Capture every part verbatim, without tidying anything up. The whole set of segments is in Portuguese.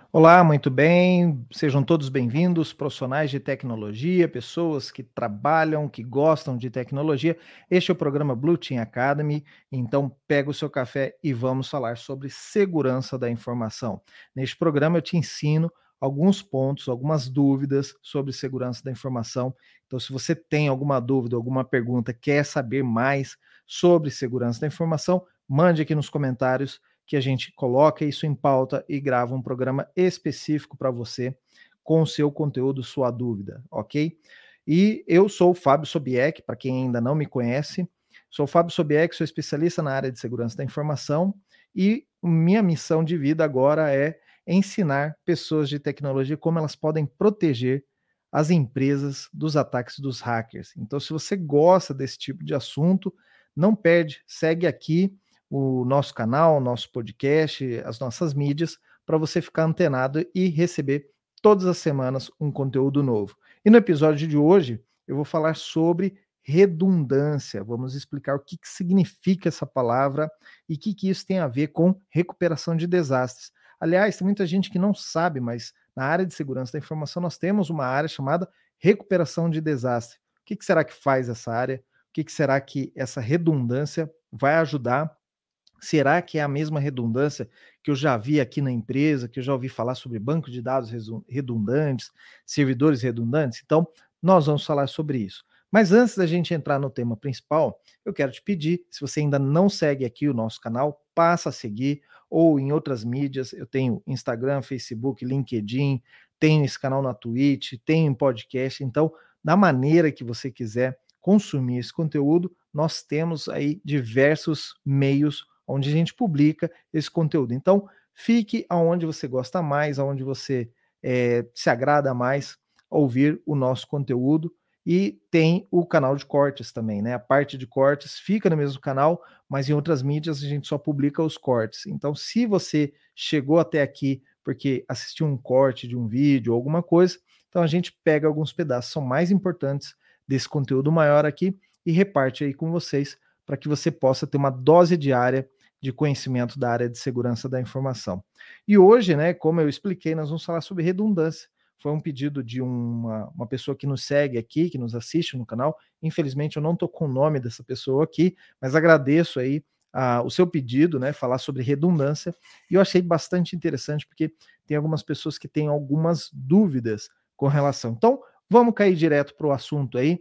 Olá, muito bem. Sejam todos bem-vindos, profissionais de tecnologia, pessoas que trabalham, que gostam de tecnologia. Este é o programa Blue Team Academy. Então, pega o seu café e vamos falar sobre segurança da informação. Neste programa, eu te ensino alguns pontos, algumas dúvidas sobre segurança da informação. Então, se você tem alguma dúvida, alguma pergunta, quer saber mais sobre segurança da informação, mande aqui nos comentários que a gente coloca isso em pauta e grava um programa específico para você com o seu conteúdo, sua dúvida, ok? E eu sou o Fábio Sobieck, para quem ainda não me conhece, sou o Fábio Sobieck, sou especialista na área de segurança da informação e minha missão de vida agora é ensinar pessoas de tecnologia como elas podem proteger as empresas dos ataques dos hackers. Então, se você gosta desse tipo de assunto, não perde, segue aqui o nosso canal, o nosso podcast, as nossas mídias, para você ficar antenado e receber todas as semanas um conteúdo novo. E no episódio de hoje, eu vou falar sobre redundância. Vamos explicar o que, que significa essa palavra e o que, que isso tem a ver com recuperação de desastres. Aliás, tem muita gente que não sabe, mas na área de segurança da informação nós temos uma área chamada recuperação de desastre. O que, que será que faz essa área? O que, que será que essa redundância vai ajudar? Será que é a mesma redundância que eu já vi aqui na empresa, que eu já ouvi falar sobre banco de dados redundantes, servidores redundantes? Então, nós vamos falar sobre isso. Mas antes da gente entrar no tema principal, eu quero te pedir, se você ainda não segue aqui o nosso canal, passa a seguir, ou em outras mídias, eu tenho Instagram, Facebook, LinkedIn, tenho esse canal na Twitch, tenho um podcast, então, da maneira que você quiser consumir esse conteúdo, nós temos aí diversos meios onde a gente publica esse conteúdo. Então, fique aonde você gosta mais, aonde você é, se agrada mais ouvir o nosso conteúdo. E tem o canal de cortes também, né? A parte de cortes fica no mesmo canal, mas em outras mídias a gente só publica os cortes. Então, se você chegou até aqui porque assistiu um corte de um vídeo ou alguma coisa, então a gente pega alguns pedaços, são mais importantes desse conteúdo maior aqui e reparte aí com vocês para que você possa ter uma dose diária de conhecimento da área de segurança da informação. E hoje, né, como eu expliquei, nós vamos falar sobre redundância. Foi um pedido de uma, uma pessoa que nos segue aqui, que nos assiste no canal. Infelizmente, eu não estou com o nome dessa pessoa aqui, mas agradeço aí a, o seu pedido, né, falar sobre redundância. E eu achei bastante interessante, porque tem algumas pessoas que têm algumas dúvidas com relação. Então, vamos cair direto para o assunto aí.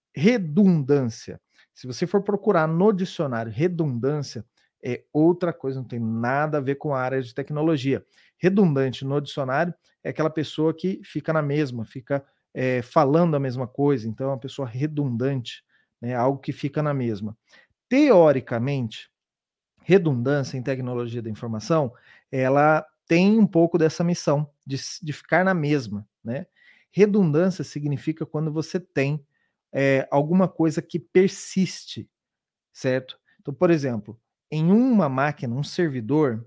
Redundância. Se você for procurar no dicionário redundância, é outra coisa, não tem nada a ver com a área de tecnologia. Redundante no dicionário é aquela pessoa que fica na mesma, fica é, falando a mesma coisa, então é uma pessoa redundante, né, algo que fica na mesma. Teoricamente, redundância em tecnologia da informação, ela tem um pouco dessa missão de, de ficar na mesma, né? Redundância significa quando você tem é, alguma coisa que persiste, certo? Então, por exemplo, em uma máquina, um servidor,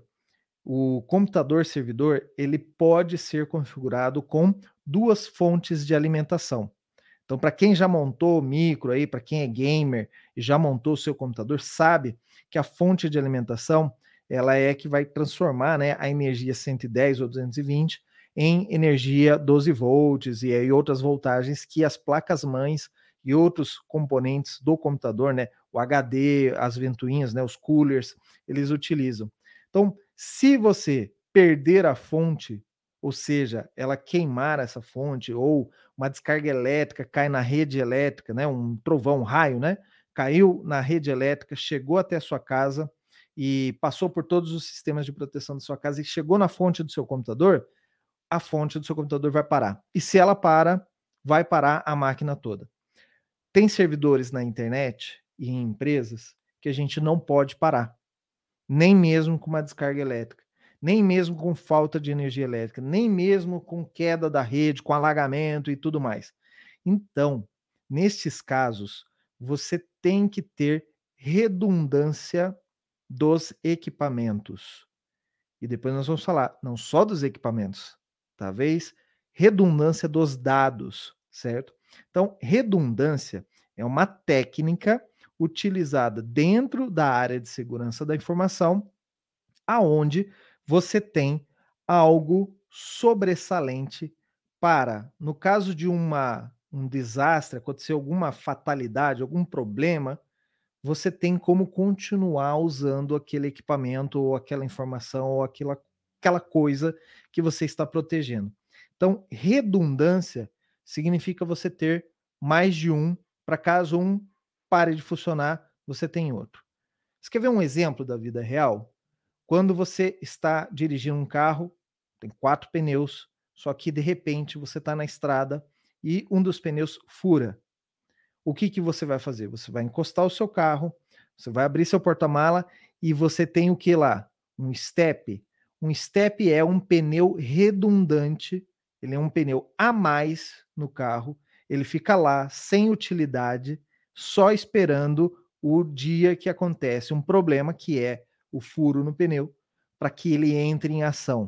o computador servidor, ele pode ser configurado com duas fontes de alimentação. Então, para quem já montou micro aí, para quem é gamer e já montou o seu computador, sabe que a fonte de alimentação, ela é que vai transformar, né, a energia cento e dez ou duzentos e vinte em energia doze volts e aí outras voltagens que as placas mães e outros componentes do computador, né, o H D, as ventoinhas, né, os coolers, eles utilizam. Então, se você perder a fonte, ou seja, ela queimar essa fonte ou uma descarga elétrica cai na rede elétrica, né, um trovão, um raio, né, caiu na rede elétrica, chegou até a sua casa e passou por todos os sistemas de proteção da sua casa e chegou na fonte do seu computador, a fonte do seu computador vai parar. E se ela para, vai parar a máquina toda. Tem servidores na internet e em empresas que a gente não pode parar, nem mesmo com uma descarga elétrica, nem mesmo com falta de energia elétrica, nem mesmo com queda da rede, com alagamento e tudo mais. Então, nestes casos, você tem que ter redundância dos equipamentos. E depois nós vamos falar não só dos equipamentos, talvez redundância dos dados, certo? Então, redundância é uma técnica utilizada dentro da área de segurança da informação, aonde você tem algo sobressalente para, no caso de uma um desastre, acontecer alguma fatalidade, algum problema, você tem como continuar usando aquele equipamento ou aquela informação ou aquela aquela coisa que você está protegendo. Então, redundância significa você ter mais de um, para caso um pare de funcionar, você tem outro. Você quer ver um exemplo da vida real? Quando você está dirigindo um carro, tem quatro pneus, só que de repente você está na estrada e um dos pneus fura. O que que você vai fazer? Você vai encostar o seu carro, você vai abrir seu porta-mala e você tem o que lá? Um step. Um step é um pneu redundante, ele é um pneu a mais no carro, ele fica lá sem utilidade, só esperando o dia que acontece um problema, que é o furo no pneu, para que ele entre em ação.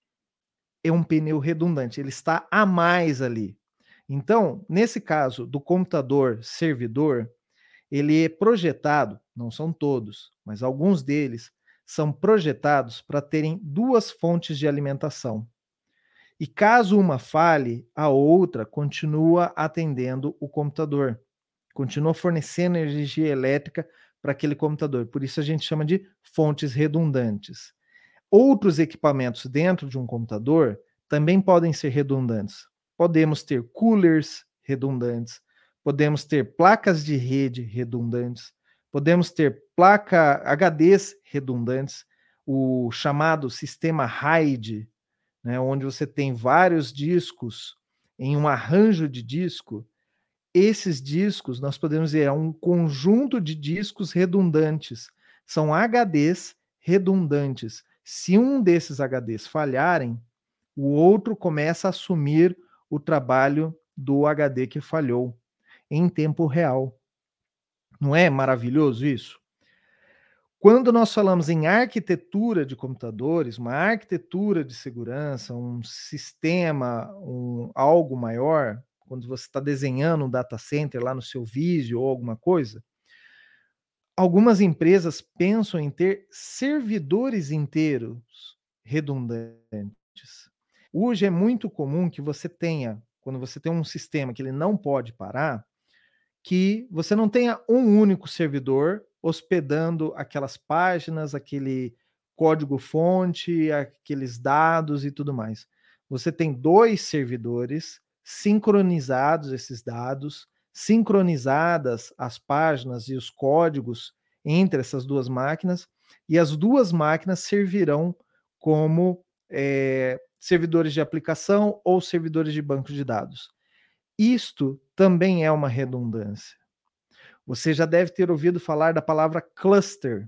É um pneu redundante, ele está a mais ali. Então, nesse caso do computador servidor, ele é projetado, não são todos, mas alguns deles são projetados para terem duas fontes de alimentação. E caso uma falhe, a outra continua atendendo o computador, continua fornecendo energia elétrica para aquele computador. Por isso a gente chama de fontes redundantes. Outros equipamentos dentro de um computador também podem ser redundantes. Podemos ter coolers redundantes, podemos ter placas de rede redundantes, podemos ter placa H Ds redundantes, o chamado sistema RAID, né, onde você tem vários discos em um arranjo de disco. Esses discos, nós podemos dizer, é um conjunto de discos redundantes. São H Ds redundantes. Se um desses H Ds falharem, o outro começa a assumir o trabalho do H D que falhou em tempo real. Não é maravilhoso isso? Quando nós falamos em arquitetura de computadores, uma arquitetura de segurança, um sistema, um, algo maior, quando você está desenhando um data center lá no seu Visio ou alguma coisa, algumas empresas pensam em ter servidores inteiros redundantes. Hoje é muito comum que você tenha, quando você tem um sistema que ele não pode parar, que você não tenha um único servidor hospedando aquelas páginas, aquele código-fonte, aqueles dados e tudo mais. Você tem dois servidores sincronizados, esses dados, sincronizadas as páginas e os códigos entre essas duas máquinas, e as duas máquinas servirão como é, servidores de aplicação ou servidores de banco de dados. Isto também é uma redundância. Você já deve ter ouvido falar da palavra cluster.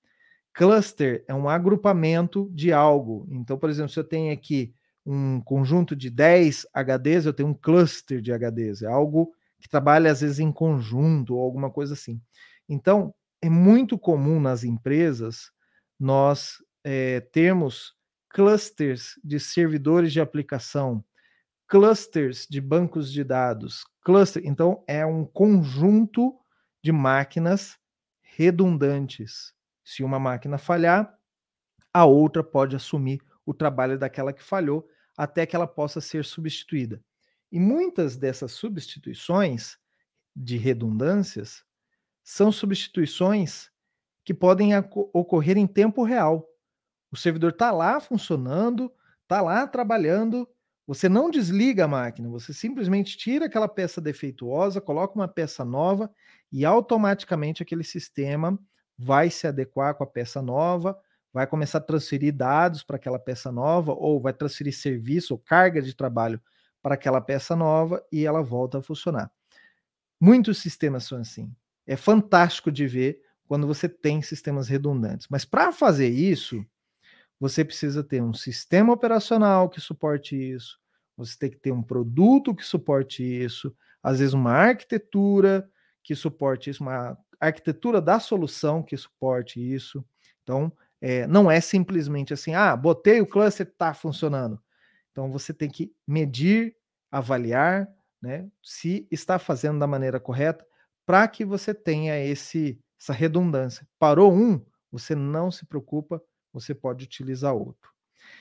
Cluster é um agrupamento de algo. Então, por exemplo, se eu tenho aqui um conjunto de dez H Ds, eu tenho um cluster de H Ds. É algo que trabalha às vezes em conjunto ou alguma coisa assim. Então, é muito comum nas empresas nós é, termos clusters de servidores de aplicação, clusters de bancos de dados. Cluster, então, é um conjunto de máquinas redundantes. Se uma máquina falhar, a outra pode assumir o trabalho daquela que falhou até que ela possa ser substituída. E muitas dessas substituições de redundâncias são substituições que podem ocorrer em tempo real. O servidor está lá funcionando, está lá trabalhando, você não desliga a máquina, você simplesmente tira aquela peça defeituosa, coloca uma peça nova e automaticamente aquele sistema vai se adequar com a peça nova, vai começar a transferir dados para aquela peça nova, ou vai transferir serviço ou carga de trabalho para aquela peça nova e ela volta a funcionar. Muitos sistemas são assim. É fantástico de ver quando você tem sistemas redundantes. Mas para fazer isso, você precisa ter um sistema operacional que suporte isso, você tem que ter um produto que suporte isso, às vezes uma arquitetura que suporte isso, uma arquitetura da solução que suporte isso. Então, é, não é simplesmente assim, ah, botei o cluster, está funcionando. Então, você tem que medir, avaliar, né, se está fazendo da maneira correta, para que você tenha esse, essa redundância. Parou um, você não se preocupa, você pode utilizar outro.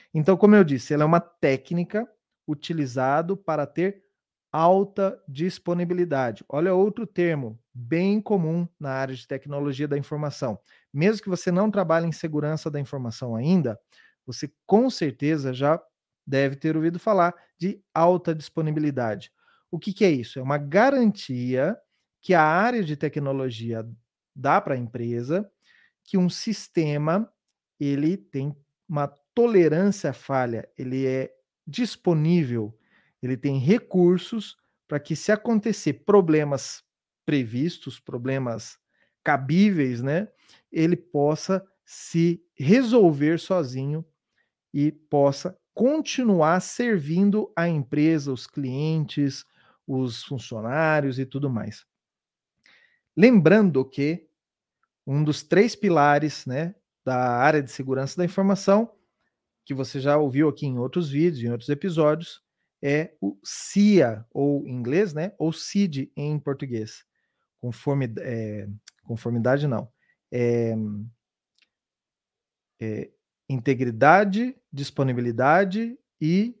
Então, como eu disse, ela é uma técnica utilizado para ter alta disponibilidade. Olha outro termo bem comum na área de tecnologia da informação. Mesmo que você não trabalhe em segurança da informação ainda, você com certeza já deve ter ouvido falar de alta disponibilidade. O que, que é isso? É uma garantia que a área de tecnologia dá para a empresa que um sistema ele tem uma tolerância à falha, ele é disponível, ele tem recursos para que, se acontecer problemas previstos, problemas cabíveis, né, ele possa se resolver sozinho e possa continuar servindo a empresa, os clientes, os funcionários e tudo mais. Lembrando que um dos três pilares, né, da área de segurança da informação, que você já ouviu aqui em outros vídeos, em outros episódios, é o C I A, ou em inglês, né, ou C I D em português. Conforme, eh, conformidade não, eh eh, integridade, disponibilidade e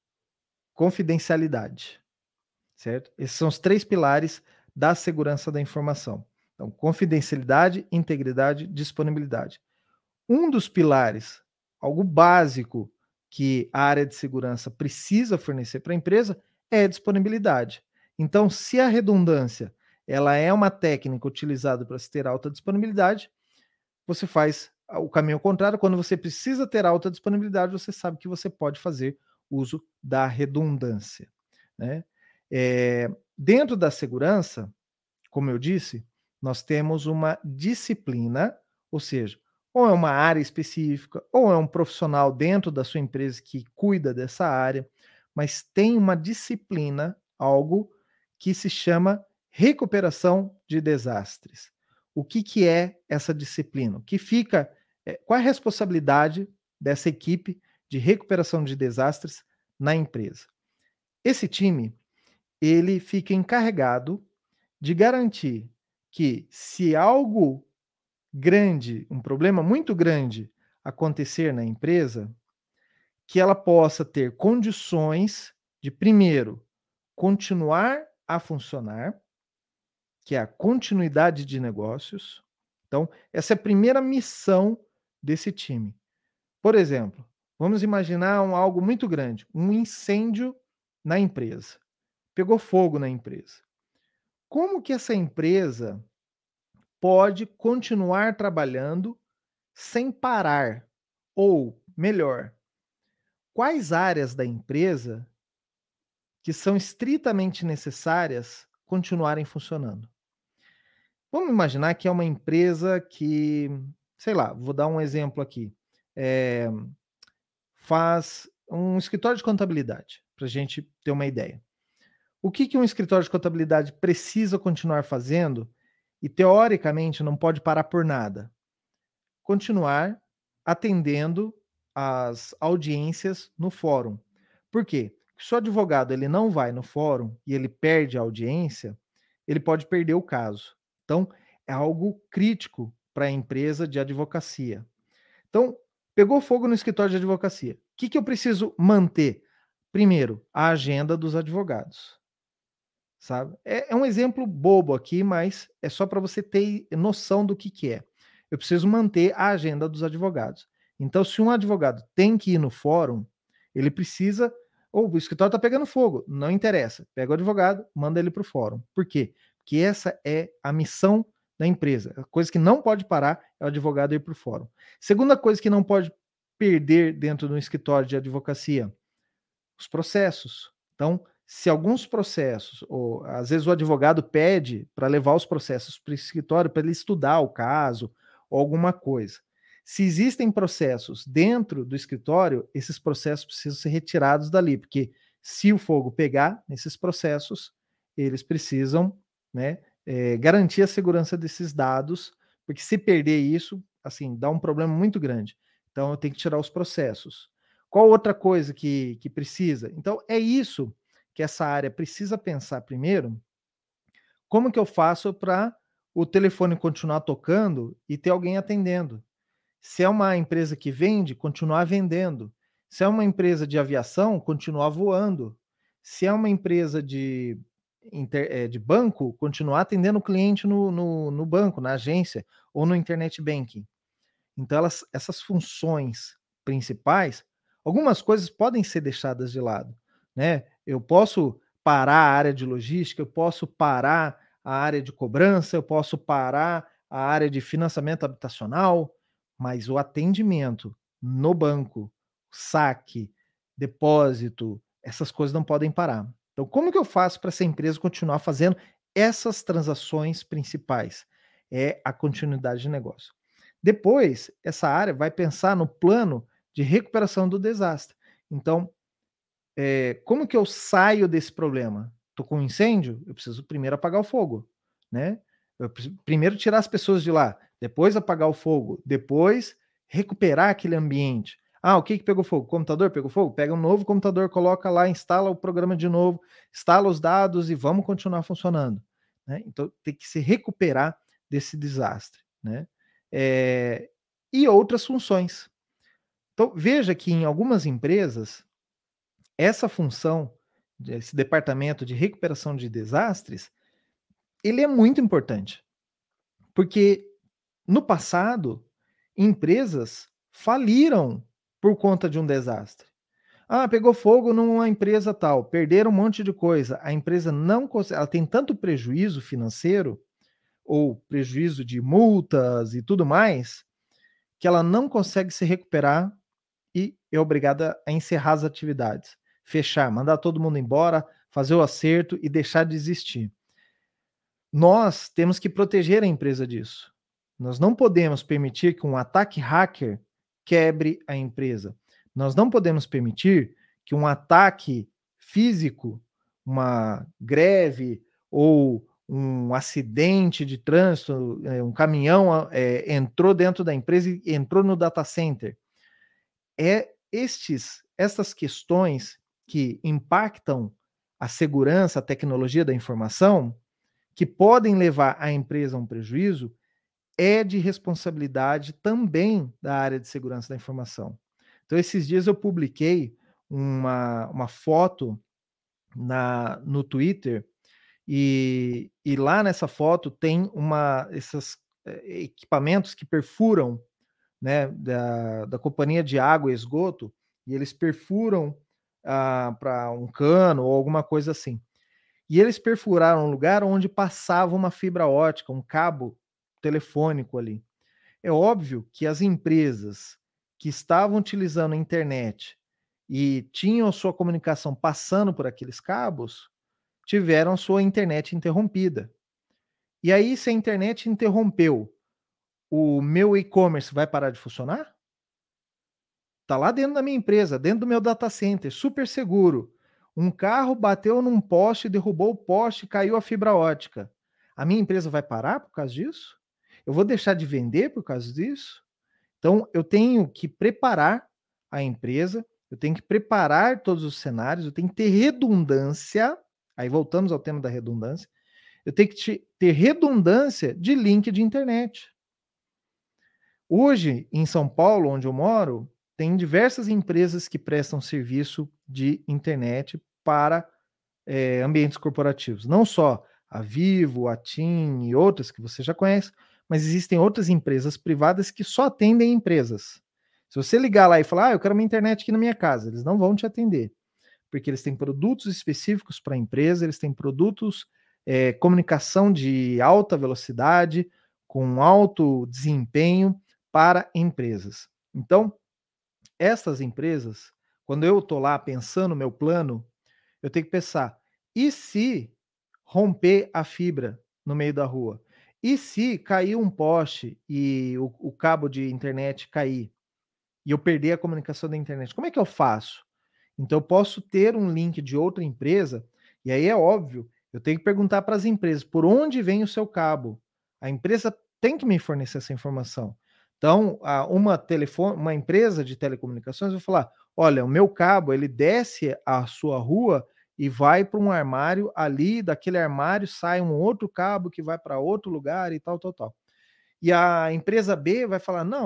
confidencialidade, certo? Esses são os três pilares da segurança da informação. Então, confidencialidade, integridade, disponibilidade. Um dos pilares, algo básico que a área de segurança precisa fornecer para a empresa é a disponibilidade. Então, se a redundância ela é uma técnica utilizada para se ter alta disponibilidade, você faz o caminho contrário. Quando você precisa ter alta disponibilidade, você sabe que você pode fazer uso da redundância, né? Eh, dentro da segurança, como eu disse, nós temos uma disciplina, ou seja, ou é uma área específica, ou é um profissional dentro da sua empresa que cuida dessa área, mas tem uma disciplina, algo que se chama recuperação de desastres. O que, que é essa disciplina? O que fica, é, qual é a responsabilidade dessa equipe de recuperação de desastres na empresa? Esse time, ele fica encarregado de garantir que, se algo grande, um problema muito grande acontecer na empresa, que ela possa ter condições de, primeiro, continuar a funcionar, que é a continuidade de negócios. Então, essa é a primeira missão desse time. Por exemplo, vamos imaginar um, algo muito grande, um incêndio na empresa. Pegou fogo na empresa. Como que essa empresa pode continuar trabalhando sem parar? Ou, melhor, quais áreas da empresa que são estritamente necessárias continuarem funcionando? Vamos imaginar que é uma empresa que, sei lá, vou dar um exemplo aqui, eh, faz um escritório de contabilidade, para a gente ter uma ideia. O que que um escritório de contabilidade precisa continuar fazendo e, teoricamente, não pode parar por nada? Continuar atendendo as audiências no fórum. Por quê? Se o advogado ele não vai no fórum e ele perde a audiência, ele pode perder o caso. Então, é algo crítico para a empresa de advocacia. Então, pegou fogo no escritório de advocacia. O que, que eu preciso manter? Primeiro, a agenda dos advogados. Sabe? É, é um exemplo bobo aqui, mas é só para você ter noção do que, que é. Eu preciso manter a agenda dos advogados. Então, se um advogado tem que ir no fórum, ele precisa. Ou o escritório está pegando fogo, não interessa. Pega o advogado, manda ele para o fórum. Por quê? Porque essa é a missão da empresa. A coisa que não pode parar é o advogado ir para o fórum. Segunda coisa que não pode perder dentro do escritório de advocacia: os processos. Então, se alguns processos, ou às vezes o advogado pede para levar os processos para o escritório para ele estudar o caso ou alguma coisa. Se existem processos dentro do escritório, esses processos precisam ser retirados dali, porque se o fogo pegar nesses processos, eles precisam, né, eh, garantir a segurança desses dados, porque se perder isso, assim, dá um problema muito grande. Então, eu tenho que tirar os processos. Qual outra coisa que, que precisa? Então, é isso que essa área precisa pensar primeiro. Como que eu faço para o telefone continuar tocando e ter alguém atendendo? Se é uma empresa que vende, continuar vendendo. Se é uma empresa de aviação, continuar voando. Se é uma empresa de, inter, é, de banco, continuar atendendo o cliente no, no, no banco, na agência ou no internet banking. Então, elas, essas funções principais, algumas coisas podem ser deixadas de lado, né? Eu posso parar a área de logística, eu posso parar a área de cobrança, eu posso parar a área de financiamento habitacional, mas o atendimento no banco, saque, depósito, essas coisas não podem parar. Então, como que eu faço para essa empresa continuar fazendo essas transações principais? É a continuidade de negócio. Depois, essa área vai pensar no plano de recuperação do desastre. Então, eh, como que eu saio desse problema? Estou com um incêndio? Eu preciso primeiro apagar o fogo, né? Eu preciso primeiro tirar as pessoas de lá, depois apagar o fogo, depois recuperar aquele ambiente. Ah, o que que pegou fogo? O computador pegou fogo? Pega um novo computador, coloca lá, instala o programa de novo, instala os dados e vamos continuar funcionando, né? Então, tem que se recuperar desse desastre, né? Eh, e outras funções. Então, veja que em algumas empresas, essa função, esse departamento de recuperação de desastres, ele é muito importante, porque no passado, empresas faliram por conta de um desastre. Ah, pegou fogo numa empresa tal, perderam um monte de coisa. A empresa não consegue, ela tem tanto prejuízo financeiro ou prejuízo de multas e tudo mais, que ela não consegue se recuperar e é obrigada a encerrar as atividades, fechar, mandar todo mundo embora, fazer o acerto e deixar de existir. Nós temos que proteger a empresa disso. Nós não podemos permitir que um ataque hacker quebre a empresa. Nós não podemos permitir que um ataque físico, uma greve ou um acidente de trânsito, eh, um caminhão eh, entrou dentro da empresa e entrou no data center. É estes estas questões que impactam a segurança, a tecnologia da informação, que podem levar a empresa a um prejuízo, é de responsabilidade também da área de segurança da informação. Então, esses dias eu publiquei uma, uma foto na, no Twitter e, e lá nessa foto tem uma esses eh, equipamentos que perfuram, né, da, da companhia de água e esgoto, e eles perfuram ah, para um cano ou alguma coisa assim. E eles perfuraram um lugar onde passava uma fibra ótica, um cabo telefônico ali. É óbvio que as empresas que estavam utilizando a internet e tinham sua comunicação passando por aqueles cabos, tiveram sua internet interrompida. E aí, se a internet interrompeu, o meu e-commerce vai parar de funcionar? Tá lá dentro da minha empresa, dentro do meu data center, super seguro. Um carro bateu num poste, derrubou o poste, caiu a fibra ótica. A minha empresa vai parar por causa disso? Eu vou deixar de vender por causa disso? Então, eu tenho que preparar a empresa, eu tenho que preparar todos os cenários, eu tenho que ter redundância. Aí voltamos ao tema da redundância. Eu tenho que ter redundância de link de internet. Hoje, em São Paulo, onde eu moro, tem diversas empresas que prestam serviço de internet para eh, ambientes corporativos. Não só a Vivo, a TIM e outras que você já conhece, mas existem outras empresas privadas que só atendem empresas. Se você ligar lá e falar, ah, eu quero uma internet aqui na minha casa, eles não vão te atender, porque eles têm produtos específicos para a empresa, eles têm produtos, eh, comunicação de alta velocidade, com alto desempenho para empresas. Então, essas empresas, quando eu estou lá pensando no meu plano, eu tenho que pensar: e se romper a fibra no meio da rua? E se cair um poste e o, o cabo de internet cair e eu perder a comunicação da internet? Como é que eu faço? Então, eu posso ter um link de outra empresa, e aí é óbvio, eu tenho que perguntar para as empresas por onde vem o seu cabo. A empresa tem que me fornecer essa informação. Então, uma, telefone, uma empresa de telecomunicações vai falar: olha, o meu cabo ele desce a sua rua e vai para um armário, ali daquele armário sai um outro cabo que vai para outro lugar e tal, tal, tal. E a empresa B vai falar: não,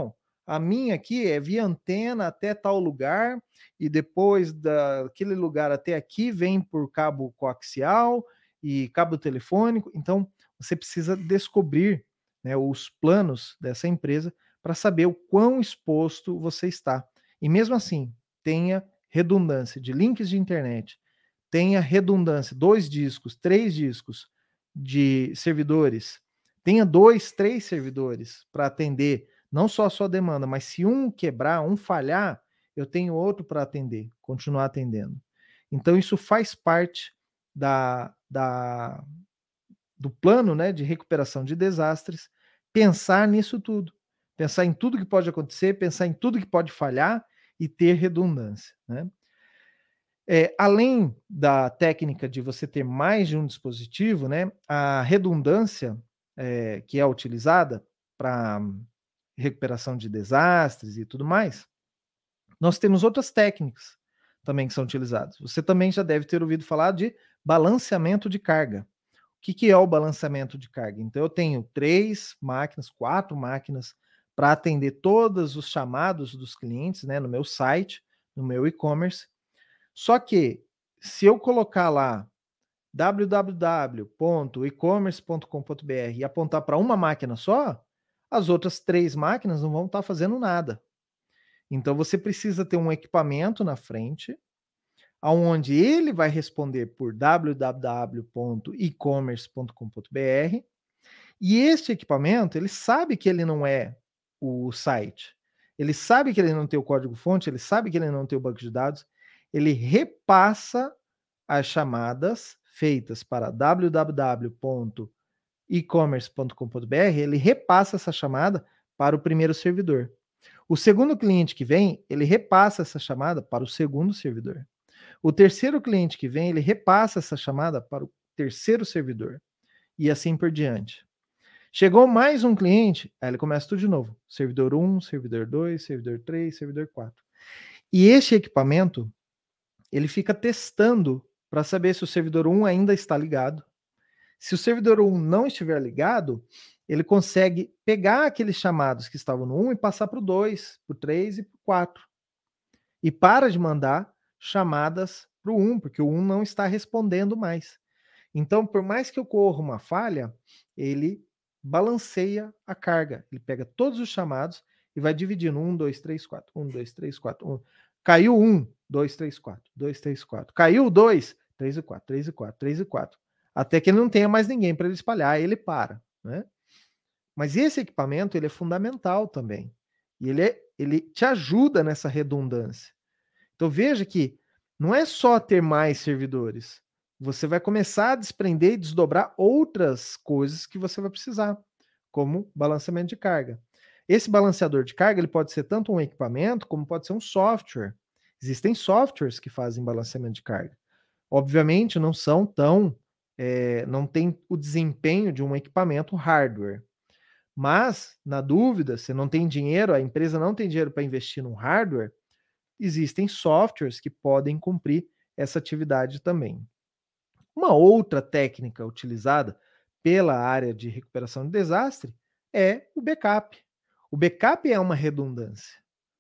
a minha aqui é via antena até tal lugar, e depois daquele lugar até aqui vem por cabo coaxial e cabo telefônico. Então, você precisa descobrir, né, os planos dessa empresa para saber o quão exposto você está. E mesmo assim, tenha redundância de links de internet, tenha redundância, dois discos, três discos de servidores, tenha dois, três servidores para atender não só a sua demanda, mas se um quebrar, um falhar, eu tenho outro para atender, continuar atendendo. Então isso faz parte da, da do plano, né, de recuperação de desastres, pensar nisso tudo, pensar em tudo que pode acontecer, pensar em tudo que pode falhar e ter redundância, né? É, além da técnica de você ter mais de um dispositivo, né, a redundância é, que é utilizada para recuperação de desastres e tudo mais, nós temos outras técnicas também que são utilizadas. Você também já deve ter ouvido falar de balanceamento de carga. O que, que é o balanceamento de carga? Então, eu tenho três máquinas, quatro máquinas para atender todos os chamados dos clientes, né, no meu site, no meu e-commerce. Só que, se eu colocar lá w w w ponto e commerce ponto com ponto b r e apontar para uma máquina só, as outras três máquinas não vão estar fazendo nada. Então, você precisa ter um equipamento na frente, aonde ele vai responder por w w w ponto e commerce ponto com ponto b r, e este equipamento, ele sabe que ele não é o site, ele sabe que ele não tem o código-fonte, ele sabe que ele não tem o banco de dados, ele repassa as chamadas feitas para w w w ponto e commerce ponto com ponto b r, ele repassa essa chamada para o primeiro servidor. O segundo cliente que vem, ele repassa essa chamada para o segundo servidor. O terceiro cliente que vem, ele repassa essa chamada para o terceiro servidor. E assim por diante. Chegou mais um cliente, aí ele começa tudo de novo. Servidor um, servidor dois, servidor três, servidor quatro. E este equipamento, ele fica testando para saber se o servidor um ainda está ligado. Se o servidor um não estiver ligado, ele consegue pegar aqueles chamados que estavam no um e passar para o dois, para o três e para o quatro. E para de mandar chamadas para o um, porque o um não está respondendo mais. Então, por mais que ocorra uma falha, ele balanceia a carga. Ele pega todos os chamados e vai dividindo um, dois, três, quatro, um, dois, três, quatro, um. Caiu um, dois, três, quatro, dois, três, quatro. Caiu dois, três e quatro, três e quatro, três e quatro. Até que ele não tenha mais ninguém para ele espalhar, aí ele para, né? Mas esse equipamento, ele é fundamental também. E ele, é, ele te ajuda nessa redundância. Então veja que não é só ter mais servidores. Você vai começar a desprender e desdobrar outras coisas que você vai precisar, como balanceamento de carga. Esse balanceador de carga, ele pode ser tanto um equipamento, como pode ser um software. Existem softwares que fazem balanceamento de carga. Obviamente, não são tão, é, não tem o desempenho de um equipamento hardware. Mas, na dúvida, se não tem dinheiro, a empresa não tem dinheiro para investir num hardware, existem softwares que podem cumprir essa atividade também. Uma outra técnica utilizada pela área de recuperação de desastre é o backup. O backup é uma redundância.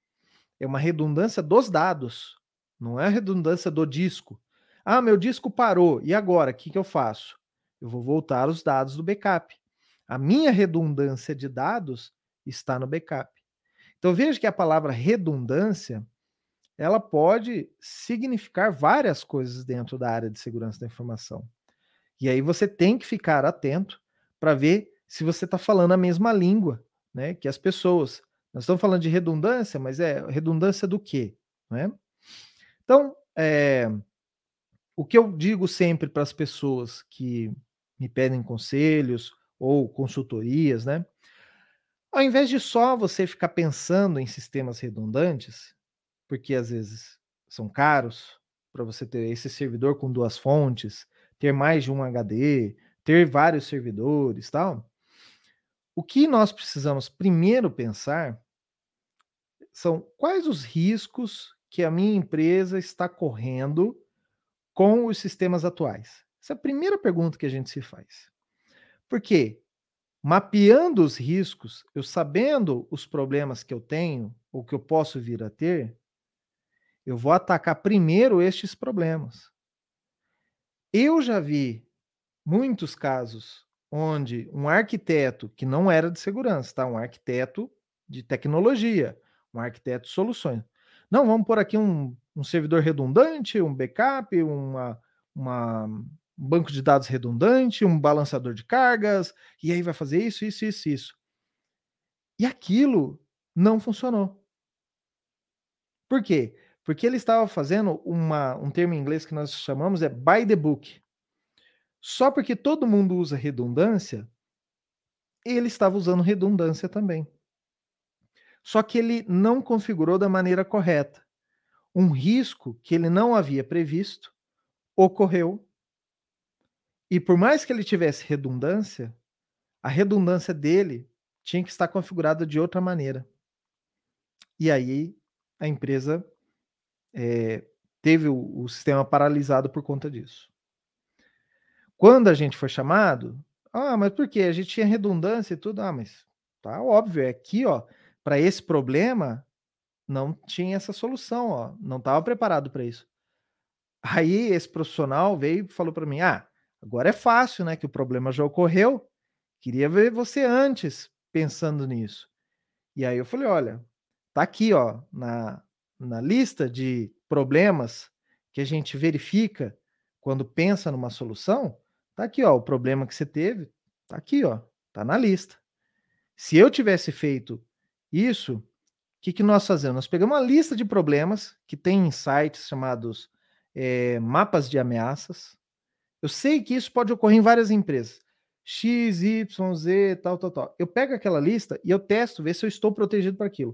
É uma redundância dos dados, não é a redundância do disco. Ah, meu disco parou, e agora? O que, que eu faço? Eu vou voltar os dados do backup. A minha redundância de dados está no backup. Então veja que a palavra redundância, ela pode significar várias coisas dentro da área de segurança da informação. E aí você tem que ficar atento para ver se você está falando a mesma língua, né, que as pessoas. Nós estamos falando de redundância, mas é redundância do quê? Né? Então, é, o que eu digo sempre para as pessoas que me pedem conselhos ou consultorias, né? Ao invés de só você ficar pensando em sistemas redundantes, porque às vezes são caros, para você ter esse servidor com duas fontes, ter mais de um H D, ter vários servidores, tal. O que nós precisamos primeiro pensar são quais os riscos que a minha empresa está correndo com os sistemas atuais. Essa é a primeira pergunta que a gente se faz. Por quê? Mapeando os riscos, eu sabendo os problemas que eu tenho, ou que eu posso vir a ter, eu vou atacar primeiro estes problemas. Eu já vi muitos casos onde um arquiteto, que não era de segurança, tá? Um arquiteto de tecnologia, um arquiteto de soluções. Não, vamos pôr aqui um, um servidor redundante, um backup, uma, uma- um banco de dados redundante, um balançador de cargas, e aí vai fazer isso, isso, isso, isso. E aquilo não funcionou. Por quê? Porque ele estava fazendo uma, um termo em inglês que nós chamamos é by the book. Só porque todo mundo usa redundância, ele estava usando redundância também. Só que ele não configurou da maneira correta. Um risco que ele não havia previsto ocorreu, e por mais que ele tivesse redundância, a redundância dele tinha que estar configurada de outra maneira. E aí a empresa eh, teve o, o sistema paralisado por conta disso. Quando a gente foi chamado, ah, mas por quê? A gente tinha redundância e tudo. Ah, mas tá óbvio, é aqui, ó, para esse problema não tinha essa solução, ó, não estava preparado para isso. Aí esse profissional veio e falou para mim: "Ah, agora é fácil, né, que o problema já ocorreu, queria ver você antes pensando nisso". E aí eu falei: "Olha, tá aqui, ó, na na lista de problemas que a gente verifica quando pensa numa solução, tá aqui, ó, o problema que você teve, tá aqui, ó, tá na lista. Se eu tivesse feito isso, o que que nós fazemos? Nós pegamos uma lista de problemas que tem em sites chamados, eh, mapas de ameaças. Eu sei que isso pode ocorrer em várias empresas, X, Y, Z, tal, tal, tal. Eu pego aquela lista e eu testo, ver se eu estou protegido para aquilo.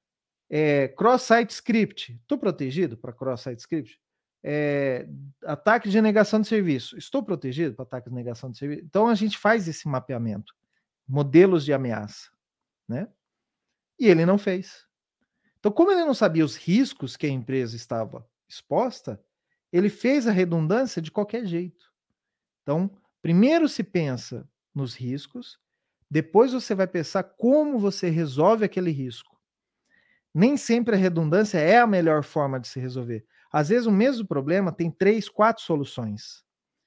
Eh, cross-site script, estou protegido para cross-site script? Eh, ataque de negação de serviço, estou protegido para ataque de negação de serviço? Então a gente faz esse mapeamento, modelos de ameaça, né? E ele não fez. Então, como ele não sabia os riscos que a empresa estava exposta, ele fez a redundância de qualquer jeito. Então, primeiro se pensa nos riscos, depois você vai pensar como você resolve aquele risco. Nem sempre a redundância é a melhor forma de se resolver. Às vezes, o mesmo problema tem três, quatro soluções.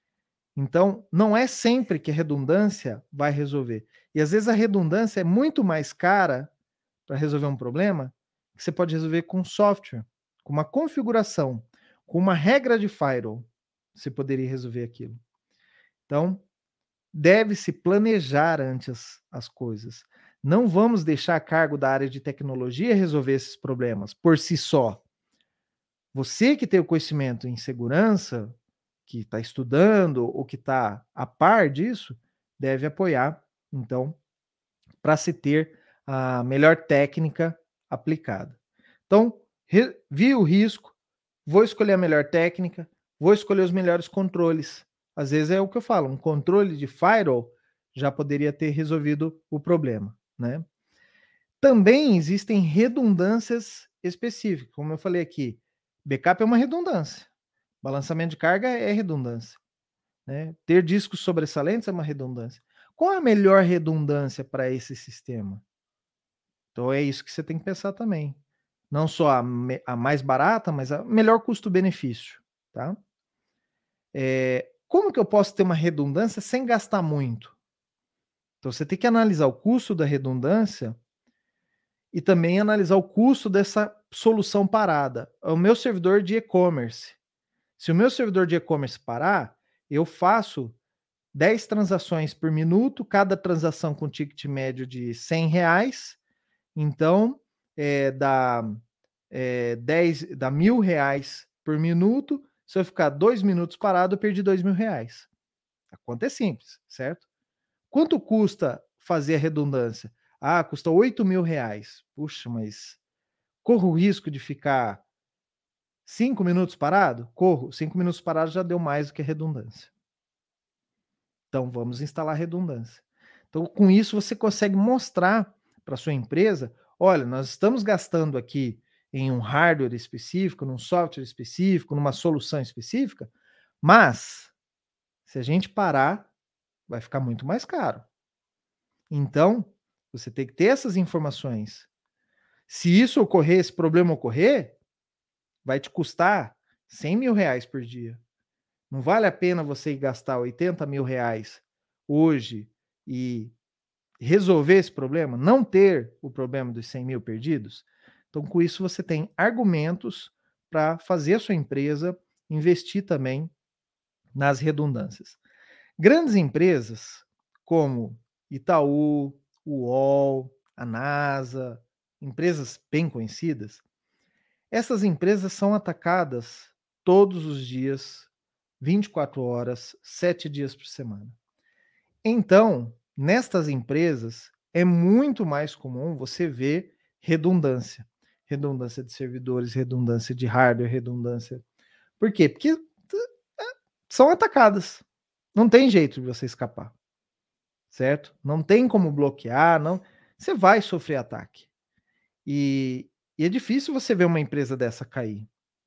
Então, não é sempre que a redundância vai resolver. E às vezes a redundância é muito mais cara para resolver um problema que você pode resolver com software, com uma configuração, com uma regra de firewall. Você poderia resolver aquilo. Então, deve-se planejar antes as coisas. Não vamos deixar a cargo da área de tecnologia resolver esses problemas por si só. Você que tem o conhecimento em segurança, que está estudando ou que está a par disso, deve apoiar, então, para se ter a melhor técnica aplicada. Então, re, vi o risco, vou escolher a melhor técnica, vou escolher os melhores controles. Às vezes é o que eu falo, um controle de firewall já poderia ter resolvido o problema, né? Também existem redundâncias específicas, como eu falei aqui, backup é uma redundância, balançamento de carga é redundância, né? Ter discos sobressalentes é uma redundância. Qual é a melhor redundância para esse sistema? Então é isso que você tem que pensar também. Não só a, me, a mais barata, mas a melhor custo-benefício, tá? É, como que eu posso ter uma redundância sem gastar muito? Então você tem que analisar o custo da redundância e também analisar o custo dessa solução parada. O meu servidor de e-commerce. Se o meu servidor de e-commerce parar, eu faço dez transações por minuto, cada transação com ticket médio de cem reais. Então, é, dá, é, dez, dá mil reais por minuto. Se eu ficar dois minutos parado, eu perdi dois mil reais. A conta é simples, certo? Quanto custa fazer a redundância? Ah, custa oito mil reais. Puxa, mas corro o risco de ficar cinco minutos parado? Corro. Cinco minutos parado já deu mais do que a redundância. Então, vamos instalar redundância. Então, com isso, você consegue mostrar para sua empresa: olha, nós estamos gastando aqui em um hardware específico, num software específico, numa solução específica, mas se a gente parar, vai ficar muito mais caro. Então, você tem que ter essas informações. Se isso ocorrer, esse problema ocorrer, vai te custar cem mil reais por dia. Não vale a pena você ir gastar oitenta mil reais hoje e resolver esse problema, não ter o problema dos cem mil perdidos? Então, com isso, você tem argumentos para fazer a sua empresa investir também nas redundâncias. Grandes empresas como Itaú, U O L, a NASA, empresas bem conhecidas, essas empresas são atacadas todos os dias, vinte e quatro horas, sete dias por semana. Então, nestas empresas, é muito mais comum você ver redundância. Redundância de servidores, redundância de hardware, redundância. Por quê? Porque são atacadas. Não tem jeito de você escapar, certo? Não tem como bloquear, não. Você vai sofrer ataque. E, e é difícil você ver uma empresa dessa cair,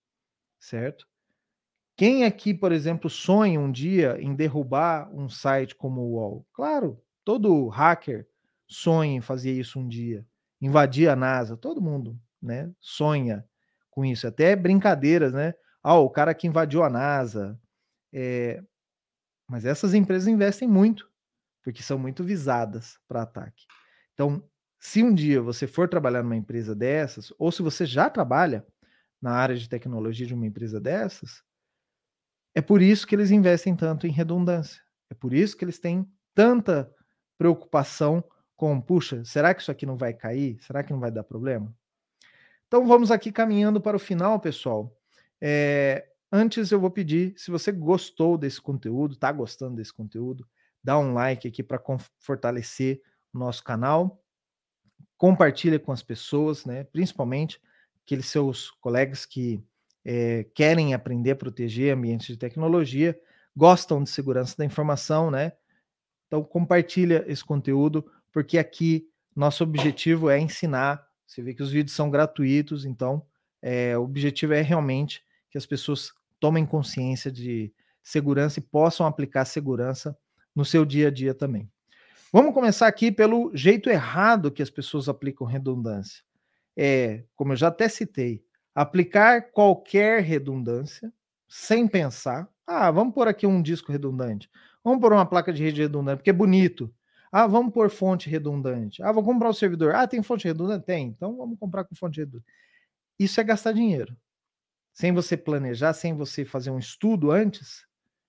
certo? Quem aqui, por exemplo, sonha um dia em derrubar um site como o U O L? Claro, todo hacker sonha em fazer isso um dia, invadir a NASA, todo mundo, né, sonha com isso, até brincadeiras, né? Ah, o cara que invadiu a NASA. É, mas essas empresas investem muito, porque são muito visadas para ataque. Então, se um dia você for trabalhar numa empresa dessas, ou se você já trabalha na área de tecnologia de uma empresa dessas, é por isso que eles investem tanto em redundância. É por isso que eles têm tanta preocupação com, puxa, será que isso aqui não vai cair? Será que não vai dar problema? Então vamos aqui caminhando para o final, pessoal. É, antes eu vou pedir, se você gostou desse conteúdo, está gostando desse conteúdo, dá um like aqui para fortalecer o nosso canal. Compartilha com as pessoas, né? Principalmente aqueles seus colegas que é, querem aprender a proteger ambientes de tecnologia, gostam de segurança da informação, né? Então compartilha esse conteúdo, porque aqui nosso objetivo é ensinar. Você vê que os vídeos são gratuitos, então é, o objetivo é realmente que as pessoas tomem consciência de segurança e possam aplicar segurança no seu dia a dia também. Vamos começar aqui pelo jeito errado que as pessoas aplicam redundância. É, como eu já até citei, aplicar qualquer redundância sem pensar. Ah, vamos pôr aqui um disco redundante. Vamos pôr uma placa de rede redundante, porque é bonito. Ah, vamos pôr fonte redundante. Ah, vou comprar o servidor. Ah, tem fonte redundante? Tem. Então vamos comprar com fonte redundante. Isso é gastar dinheiro. Sem você planejar, sem você fazer um estudo antes,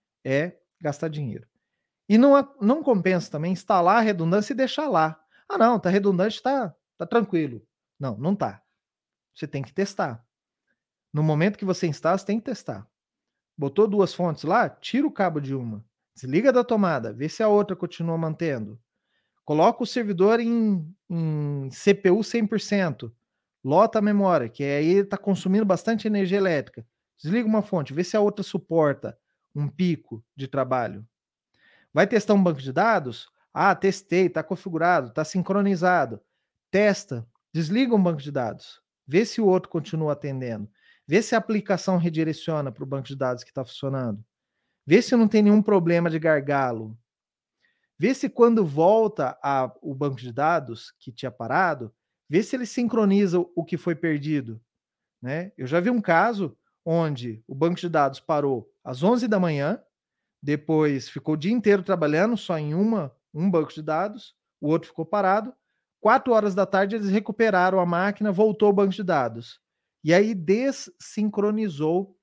é gastar dinheiro. E não, não compensa também instalar a redundância e deixar lá. Ah, não, tá redundante, tá, tá tranquilo. Não, não tá. Você tem que testar. No momento que você instala, você tem que testar. Botou duas fontes lá, tira o cabo de uma, desliga da tomada, vê se a outra continua mantendo. Coloca o servidor em, em C P U cem por cento, lota a memória, que aí está consumindo bastante energia elétrica. Desliga uma fonte, vê se a outra suporta um pico de trabalho. Vai testar um banco de dados? Ah, testei, está configurado, está sincronizado. Testa, desliga um banco de dados, vê se o outro continua atendendo, vê se a aplicação redireciona para o banco de dados que está funcionando, vê se não tem nenhum problema de gargalo, vê se quando volta a, o banco de dados que tinha parado, vê se ele sincroniza o que foi perdido. Né? Eu já vi um caso onde o banco de dados parou às onze da manhã, depois ficou o dia inteiro trabalhando só em uma, um banco de dados, o outro ficou parado. Quatro horas da tarde eles recuperaram a máquina, voltou o banco de dados. E aí dessincronizou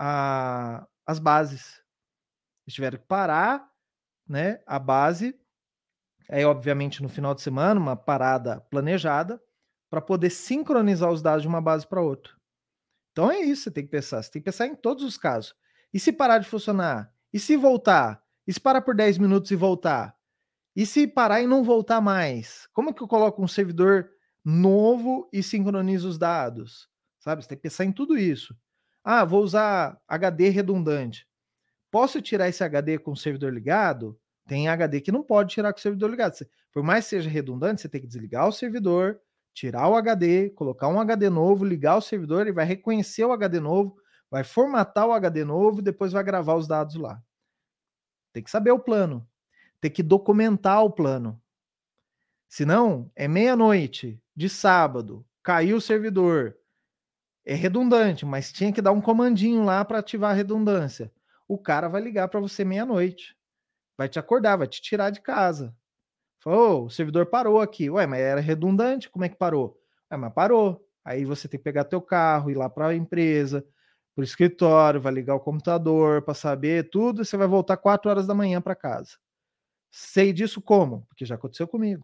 a, as bases. Eles tiveram que parar, né, a base, aí obviamente no final de semana, uma parada planejada, para poder sincronizar os dados de uma base para outra. Então é isso, você tem que pensar. Você tem que pensar em todos os casos. E se parar de funcionar? E se voltar? E se parar por dez minutos e voltar? E se parar e não voltar mais? Como que eu coloco um servidor novo e sincronizo os dados? Sabe? Você tem que pensar em tudo isso. Ah, vou usar H D redundante. Posso tirar esse H D com o servidor ligado? Tem H D que não pode tirar com o servidor ligado. Por mais que seja redundante, você tem que desligar o servidor, tirar o H D, colocar um H D novo, ligar o servidor, ele vai reconhecer o H D novo, vai formatar o H D novo e depois vai gravar os dados lá. Tem que saber o plano, tem que documentar o plano. Se não, é meia-noite de sábado, caiu o servidor. É redundante, mas tinha que dar um comandinho lá para ativar a redundância. O cara vai ligar para você meia-noite, vai te acordar, vai te tirar de casa. Falou: "Ô, o servidor parou aqui". Ué, mas era redundante, como é que parou? Ah, mas parou. Aí você tem que pegar teu carro, ir lá para a empresa, para o escritório, vai ligar o computador para saber tudo, e você vai voltar quatro horas da manhã para casa. Sei disso como? Porque já aconteceu comigo.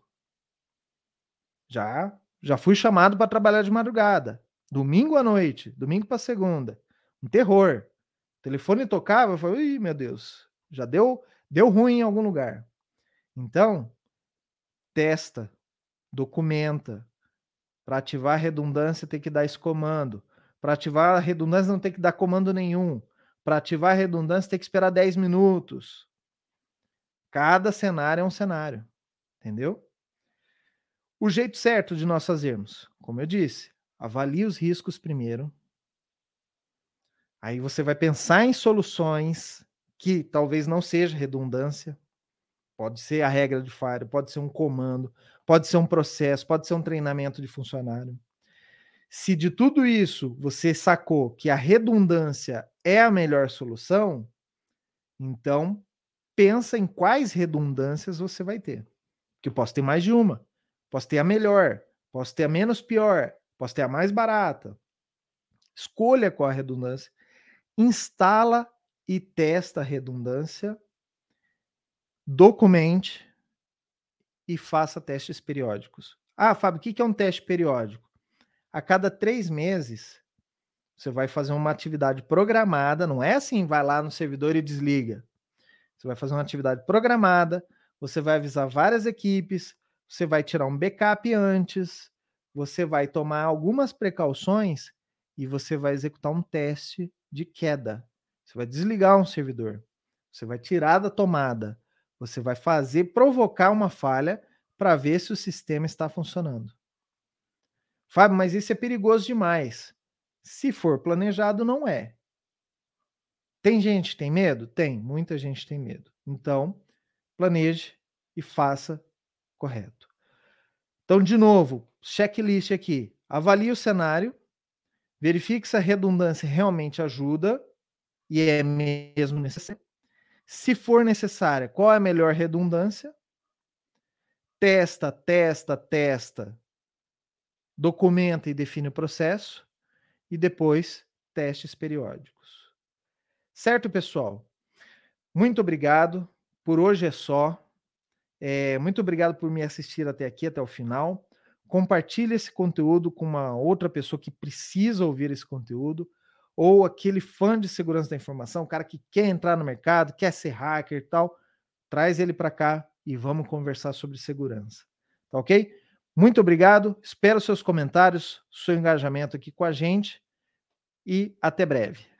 Já, já fui chamado para trabalhar de madrugada, domingo à noite, domingo para segunda, um terror. O telefone tocava, eu falei: "Ih, meu Deus, já deu deu ruim em algum lugar". Então, testa, documenta. Para ativar a redundância tem que dar esse comando. Para ativar a redundância não tem que dar comando nenhum. Para ativar a redundância tem que esperar dez minutos. Cada cenário é um cenário, entendeu? O jeito certo de nós fazermos, como eu disse, avalie os riscos primeiro. Aí você vai pensar em soluções que talvez não seja redundância. Pode ser a regra de Fire, pode ser um comando, pode ser um processo, pode ser um treinamento de funcionário. Se de tudo isso você sacou que a redundância é a melhor solução, então pensa em quais redundâncias você vai ter. Porque eu posso ter mais de uma, posso ter a melhor, posso ter a menos pior, posso ter a mais barata. Escolha qual a redundância, instala e testa a redundância, documente e faça testes periódicos. Ah, Fábio, o que é um teste periódico? A cada três meses, você vai fazer uma atividade programada, não é assim, vai lá no servidor e desliga. Você vai fazer uma atividade programada, você vai avisar várias equipes, você vai tirar um backup antes, você vai tomar algumas precauções e você vai executar um teste de queda. Você vai desligar um servidor, você vai tirar da tomada, você vai fazer, provocar uma falha para ver se o sistema está funcionando. Fábio, mas isso é perigoso demais. Se for planejado, não é. Tem gente que tem medo? Tem, muita gente tem medo. Então, planeje e faça correto. Então, de novo, checklist aqui. Avalie o cenário, verifique se a redundância realmente ajuda e é mesmo necessário. Se for necessária, qual é a melhor redundância? Testa, testa, testa, documenta e define o processo e depois testes periódicos. Certo, pessoal? Muito obrigado. Por hoje é só. É, muito obrigado por me assistir até aqui, até o final. Compartilhe esse conteúdo com uma outra pessoa que precisa ouvir esse conteúdo, ou aquele fã de segurança da informação, o cara que quer entrar no mercado, quer ser hacker e tal. Traz ele para cá e vamos conversar sobre segurança. Tá ok? Muito obrigado. Espero seus comentários, seu engajamento aqui com a gente e até breve.